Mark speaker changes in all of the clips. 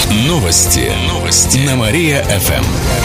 Speaker 1: Новости на Мария-ФМ.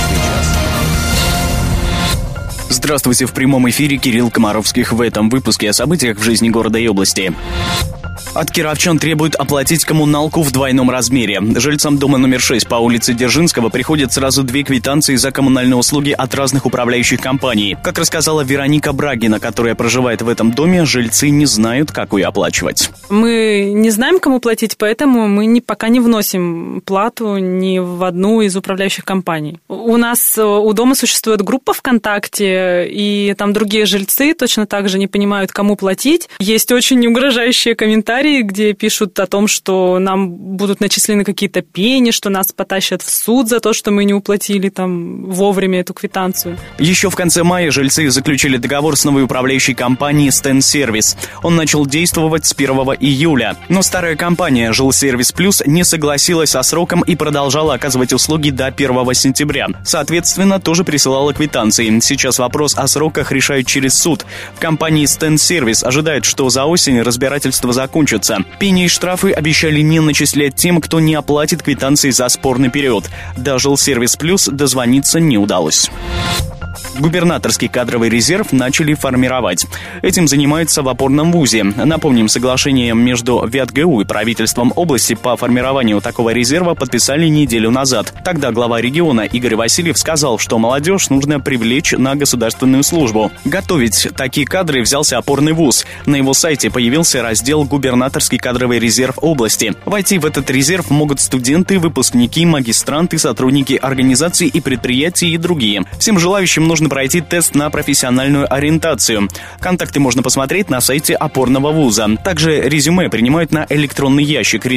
Speaker 2: Здравствуйте, в прямом эфире Кирилл Комаровских. В этом выпуске о событиях в жизни города и области. От кировчан требуют оплатить коммуналку в двойном размере. Жильцам дома номер 6 по улице Дзержинского приходят сразу 2 квитанции за коммунальные услуги от разных управляющих компаний. Как рассказала Вероника Брагина, которая проживает в этом доме, жильцы не знают, как ее оплачивать.
Speaker 3: Мы не знаем, кому платить, поэтому мы пока не вносим плату ни в одну из управляющих компаний. У нас у дома существует группа ВКонтакте, и там другие жильцы точно так же не понимают, кому платить. Есть очень угрожающие комментарии, где пишут о том, что нам будут начислены какие-то пени, что нас потащат в суд за то, что мы не уплатили там вовремя эту квитанцию.
Speaker 2: Еще в конце мая жильцы заключили договор с новой управляющей компанией «Стенсервис». Он начал действовать с 1 июля. Но старая компания «Жилсервис Плюс» не согласилась со сроком и продолжала оказывать услуги до 1 сентября. Соответственно, тоже присылала квитанции. Сейчас вопрос о сроках решают через суд. В компании «Стенсервис» ожидают, что за осень разбирательство закончится. Пени и штрафы обещали не начислять тем, кто не оплатит квитанции за спорный период. До «Жилсервис Плюс» дозвониться не удалось. Губернаторский кадровый резерв начали формировать. Этим занимаются в опорном вузе. Напомним, соглашение между ВятГУ и правительством области по формированию такого резерва подписали неделю назад. Тогда глава региона Игорь Васильев сказал, что молодежь нужно привлечь на государственную службу. Готовить такие кадры взялся опорный вуз. На его сайте появился раздел «Губернаторский кадровый резерв области». Войти в этот резерв могут студенты, выпускники, магистранты, сотрудники организаций и предприятий и другие. Всем желающим нужно пройти тест на профессиональную ориентацию. Контакты можно посмотреть на сайте опорного вуза. Также резюме принимают на электронный ящик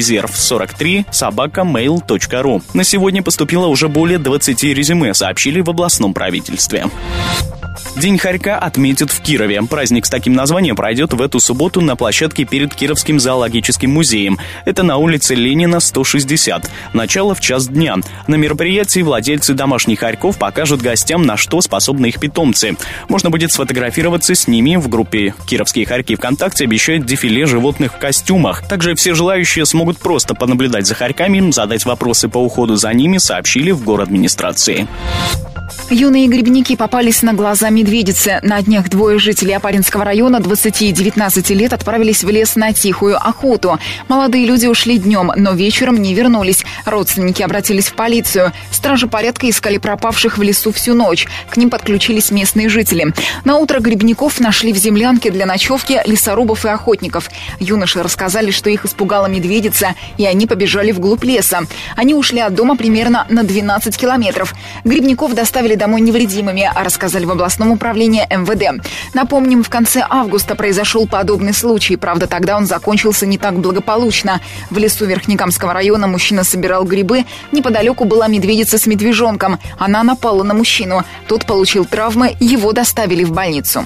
Speaker 2: резерв43@mail.ru. На сегодня поступило уже более 20 резюме, сообщили в областном правительстве. День хорька отметят в Кирове. Праздник с таким названием пройдет в эту субботу на площадке перед Кировским зоологическим музеем. Это на улице Ленина, 160. Начало в 1:00 дня. На мероприятии владельцы домашних хорьков покажут гостям, на что способны их питомцы. Можно будет сфотографироваться с ними. В группе «Кировские хорьки» ВКонтакте обещают дефиле животных в костюмах. Также все желающие смогут просто понаблюдать за хорьками, задать вопросы по уходу за ними, сообщили в горадминистрации.
Speaker 4: Юные грибники попались на глаза медведицы. На днях 2 жителей Опаринского района 20 и 19 лет отправились в лес на тихую охоту. Молодые люди ушли днем, но вечером не вернулись. Родственники обратились в полицию. Стражи порядка искали пропавших в лесу всю ночь. К ним подключились местные жители. На утро грибников нашли в землянке для ночевки лесорубов и охотников. Юноши рассказали, что их испугала медведица, и они побежали вглубь леса. Они ушли от дома примерно на 12 километров. Грибников доставили домой невредимыми, рассказали в областном управлении МВД. Напомним, в конце августа произошел подобный случай. Правда, тогда он закончился не так благополучно. В лесу Верхнекамского района мужчина собирал грибы. Неподалеку была медведица с медвежонком. Она напала на мужчину. Тот получил травмы, его доставили в больницу.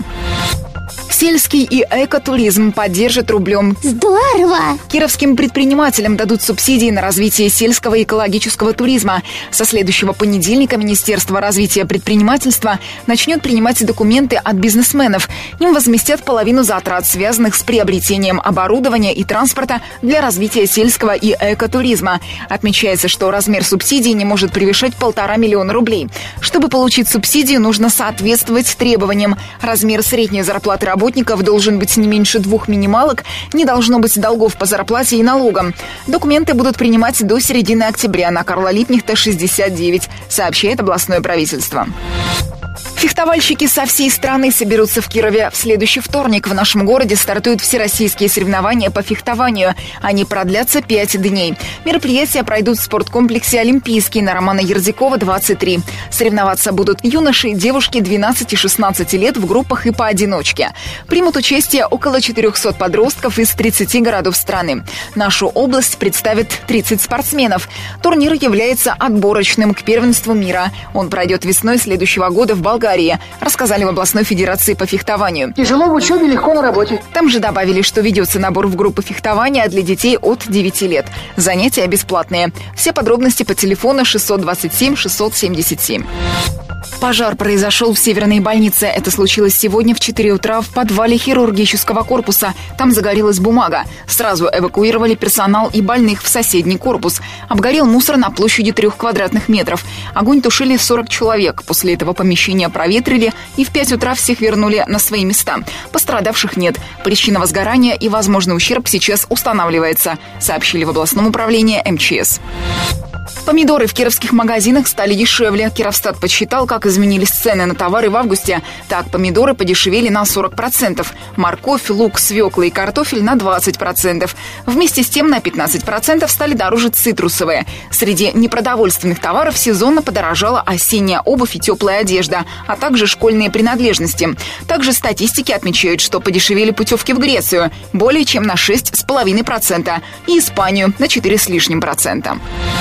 Speaker 4: Сельский и экотуризм поддержат рублем.
Speaker 5: Здорово!
Speaker 4: Кировским предпринимателям дадут субсидии на развитие сельского и экологического туризма. Со следующего понедельника Министерство развития предпринимательства начнет принимать документы от бизнесменов. Им возместят половину затрат, связанных с приобретением оборудования и транспорта для развития сельского и экотуризма. Отмечается, что размер субсидий не может превышать 1,5 миллиона рублей. Чтобы получить субсидию, нужно соответствовать требованиям. Размер средней зарплаты работников должен быть не меньше 2 минималок, не должно быть долгов по зарплате и налогам. Документы будут принимать до середины октября на Карла Липкнехта, 69, сообщает областное правительство. Фехтовальщики со всей страны соберутся в Кирове. В следующий вторник в нашем городе стартуют всероссийские соревнования по фехтованию. Они продлятся 5 дней. Мероприятия пройдут в спорткомплексе «Олимпийский» на Романа Ердякова, 23. Соревноваться будут юноши и девушки 12 и 16 лет в группах и поодиночке. Примут участие около 400 подростков из 30 городов страны. Нашу область представит 30 спортсменов. Турнир является отборочным к первенству мира. Он пройдет весной следующего года в Болгарии. Болгарии, рассказали в областной федерации по фехтованию.
Speaker 5: Тяжело в учебе, легко на работе.
Speaker 4: Там же добавили, что ведется набор в группы фехтования для детей от 9 лет. Занятия бесплатные. Все подробности по телефону 627 677. Пожар произошел в Северной больнице. Это случилось сегодня в 4 утра в подвале хирургического корпуса. Там загорелась бумага. Сразу эвакуировали персонал и больных в соседний корпус. Обгорел мусор на площади 3 квадратных метров. Огонь тушили 40 человек. После этого помещение проветрили и в 5 утра всех вернули на свои места. Пострадавших нет. Причина возгорания и возможный ущерб сейчас устанавливается, сообщили в областном управлении МЧС. Помидоры в кировских магазинах стали дешевле. Кировстат подсчитал, как изменились цены на товары в августе. Так, помидоры подешевели на 40%. Морковь, лук, свекла и картофель на 20%. Вместе с тем на 15% стали дороже цитрусовые. Среди непродовольственных товаров сезонно подорожала осенняя обувь и теплая одежда, а также школьные принадлежности. Также статистики отмечают, что подешевели путевки в Грецию более чем на 6,5% и Испанию на 4%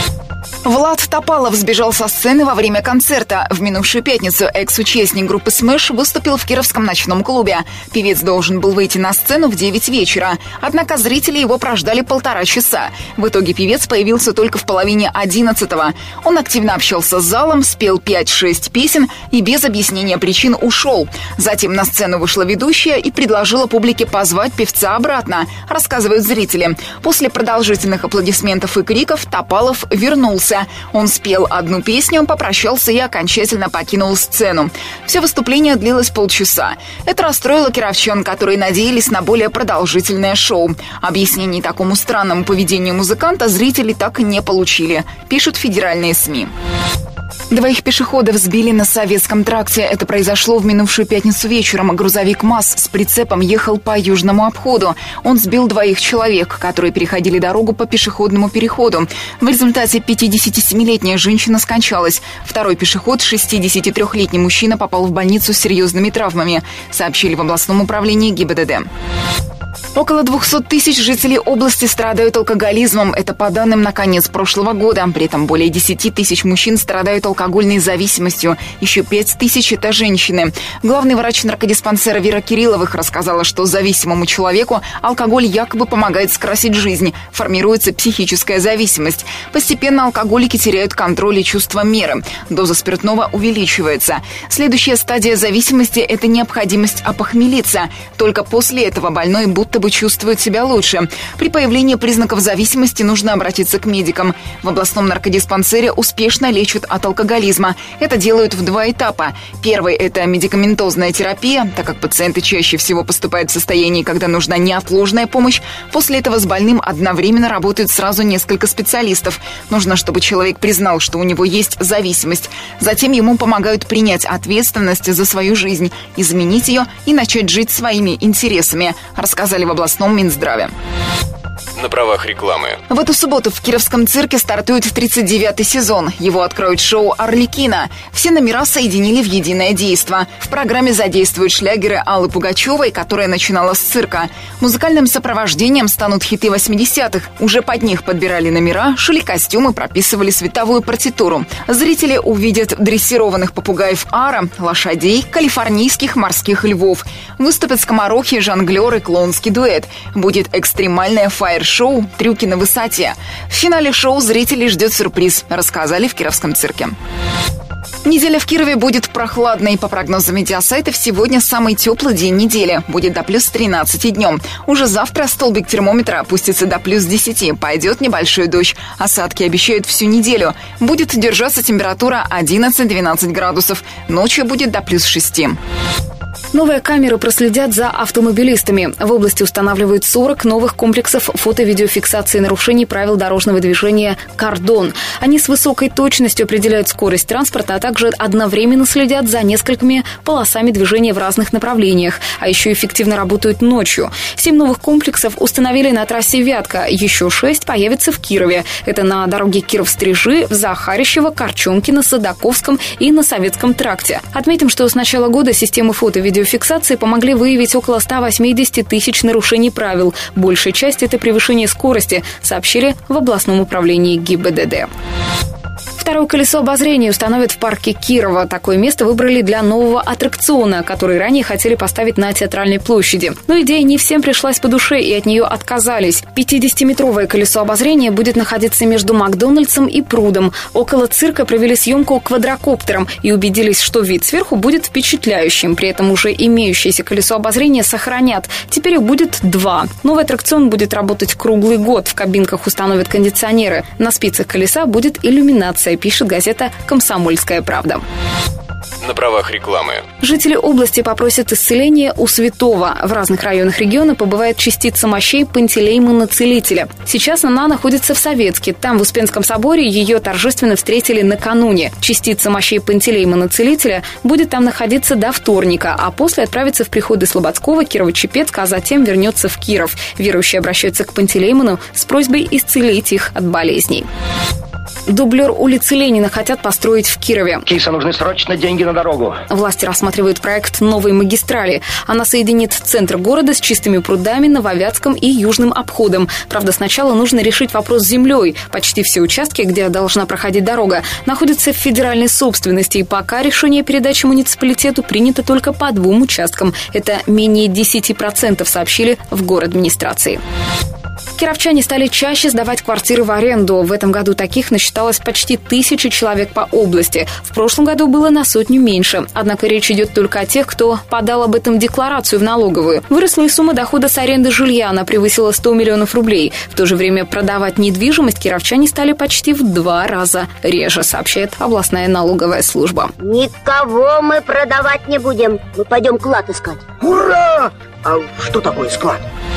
Speaker 4: Влад Топалов сбежал со сцены во время концерта. В минувшую пятницу экс-участник группы Smash выступил в кировском ночном клубе. Певец должен был выйти на сцену в 9 вечера. Однако зрители его прождали 1,5 часа. В итоге певец появился только в половине 11-го. Он активно общался с залом, спел 5-6 песен и без объяснения причин ушел. Затем на сцену вышла ведущая и предложила публике позвать певца обратно, рассказывают зрители. После продолжительных аплодисментов и криков Топалов вернулся. Он спел одну песню, попрощался и окончательно покинул сцену. Все выступление длилось полчаса. Это расстроило кировчан, которые надеялись на более продолжительное шоу. Объяснений такому странному поведению музыканта зрители так и не получили, пишут федеральные СМИ. 2 пешеходов сбили на Советском тракте. Это произошло в минувшую пятницу вечером. Грузовик МАЗ с прицепом ехал по южному обходу. Он сбил 2 человек, которые переходили дорогу по пешеходному переходу. В результате 57-летняя женщина скончалась. 2 пешеход, 63-летний мужчина, попал в больницу с серьезными травмами, сообщили в областном управлении ГИБДД. Около 200 тысяч жителей области страдают алкоголизмом. Это по данным на конец прошлого года. При этом более 10 тысяч мужчин страдают алкогольной зависимостью. Еще 5 тысяч – это женщины. Главный врач наркодиспансера Вера Кирилловых рассказала, что зависимому человеку алкоголь якобы помогает скрасить жизнь. Формируется психическая зависимость. Постепенно алкоголики теряют контроль и чувство меры. Доза спиртного увеличивается. Следующая стадия зависимости – это необходимость опохмелиться. Только после этого больной будто бы чувствует себя лучше. При появлении признаков зависимости нужно обратиться к медикам. В областном наркодиспансере успешно лечат от алкоголизма. Это делают в 2 этапа. Первый – это медикаментозная терапия, так как пациенты чаще всего поступают в состоянии, когда нужна неотложная помощь. После этого с больным одновременно работают сразу несколько специалистов. Нужно, чтобы человек признал, что у него есть зависимость. Затем ему помогают принять ответственность за свою жизнь, изменить ее и начать жить своими интересами, рассказали в областном Минздраве.
Speaker 1: На правах рекламы.
Speaker 4: В эту субботу в Кировском цирке стартует 39-й сезон. Его откроет шоу «Арлекино». Все номера соединили в единое действо. В программе задействуют шлягеры Аллы Пугачевой, которая начинала с цирка. Музыкальным сопровождением станут хиты 80-х. Уже под них подбирали номера, шили костюмы, прописывали световую партитуру. Зрители увидят дрессированных попугаев ара, лошадей, калифорнийских морских львов. Выступят скоморохи, жонглеры, клоунский дуэт. Будет экстремальное фаер-шоу «Трюки на высоте». В финале шоу зрителей ждет сюрприз, рассказали в Кировском цирке. Неделя в Кирове будет прохладной. По прогнозам медиасайтов, сегодня самый теплый день недели. Будет до плюс 13 днем. Уже завтра столбик термометра опустится до плюс 10. Пойдет небольшой дождь. Осадки обещают всю неделю. Будет держаться температура 11-12 градусов. Ночью будет до плюс 6.
Speaker 6: Новые камеры проследят за автомобилистами. В области устанавливают 40 новых комплексов фото-видеофиксации нарушений правил дорожного движения «Кордон». Они с высокой точностью определяют скорость транспорта, а также одновременно следят за несколькими полосами движения в разных направлениях. А еще эффективно работают ночью. 7 новых комплексов установили на трассе Вятка. Еще 6 появятся в Кирове. Это на дороге Киров-Стрижи, в Захарищево, Корчомкино, Садаковском и на Советском тракте. Отметим, что с начала года системы фото-видеофиксации помогли выявить около 180 тысяч нарушений правил. Большая часть – это превышение скорости, сообщили в областном управлении ГИБДД. Второе колесо обозрения установят в парке Кирова. Такое место выбрали для нового аттракциона, который ранее хотели поставить на Театральной площади. Но идея не всем пришлась по душе, и от нее отказались. 50-метровое колесо обозрения будет находиться между Макдональдсом и прудом. Около цирка провели съемку квадрокоптером и убедились, что вид сверху будет впечатляющим. При этом уже имеющееся колесо обозрения сохранят. Теперь их будет 2. Новый аттракцион будет работать круглый год. В кабинках установят кондиционеры. На спицах колеса будет иллюминация, пишет газета «Комсомольская правда».
Speaker 1: На правах рекламы.
Speaker 6: Жители области попросят исцеления у святого. В разных районах региона побывает частица мощей Пантелеймона Целителя. Сейчас она находится в Советске. Там, в Успенском соборе, ее торжественно встретили накануне. Частица мощей Пантелеймона Целителя будет там находиться до вторника, а после отправится в приходы Слободского, Кирово-Чепецка, а затем вернется в Киров. Верующие обращаются к Пантелеймону с просьбой исцелить их от болезней. Дублер улицы Ленина хотят построить в Кирове.
Speaker 5: Киса, нужны срочно деньги на дорогу.
Speaker 6: Власти рассматривают проект новой магистрали. Она соединит центр города с чистыми прудами, Нововятском и Южным обходом. Правда, сначала нужно решить вопрос с землей. Почти все участки, где должна проходить дорога, находятся в федеральной собственности. И пока решение передачи муниципалитету принято только по 2 участкам. Это менее 10%, сообщили в горадминистрации. Кировчане стали чаще сдавать квартиры в аренду. В этом году таких насчиталось почти 1000 человек по области. В прошлом году было на 100 меньше. Однако речь идет только о тех, кто подал об этом декларацию в налоговую. Выросла и сумма дохода с аренды жилья. Она превысила 100 миллионов рублей. В то же время продавать недвижимость кировчане стали почти в 2 раза реже, сообщает областная налоговая служба.
Speaker 7: Никого мы продавать не будем. Мы пойдем клад искать.
Speaker 5: Ура! А что такое склад?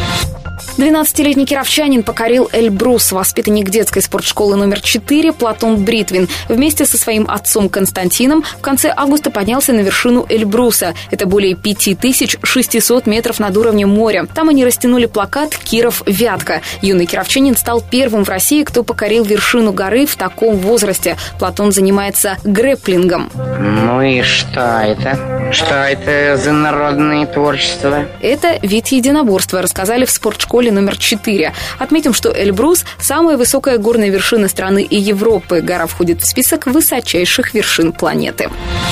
Speaker 6: 12-летний кировчанин покорил Эльбрус. Воспитанник детской спортшколы номер 4 Платон Бритвин вместе со своим отцом Константином в конце августа поднялся на вершину Эльбруса. Это более 5600 метров над уровнем моря. Там они растянули плакат «Киров-Вятка». Юный кировчанин стал первым в России, кто покорил вершину горы в таком возрасте. Платон занимается грэпплингом.
Speaker 8: Ну и что это? Что это за народное творчество?
Speaker 6: Это вид единоборства, рассказали в спортшколе номер 4. Отметим, что Эльбрус – самая высокая горная вершина страны и Европы. Гора входит в список высочайших вершин планеты.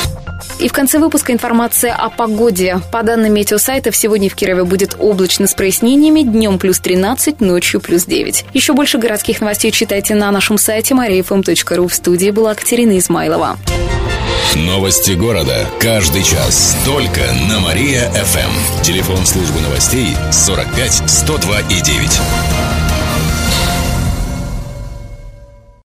Speaker 6: И в конце выпуска информация о погоде. По данным метеосайтов, сегодня в Кирове будет облачно с прояснениями, днем +13, ночью +9. Еще больше городских новостей читайте на нашем сайте mariafm.ru. В студии была Катерина Измайлова.
Speaker 9: Новости города. Каждый час. Только на Мария-ФМ. Телефон службы новостей 45 102 и 9.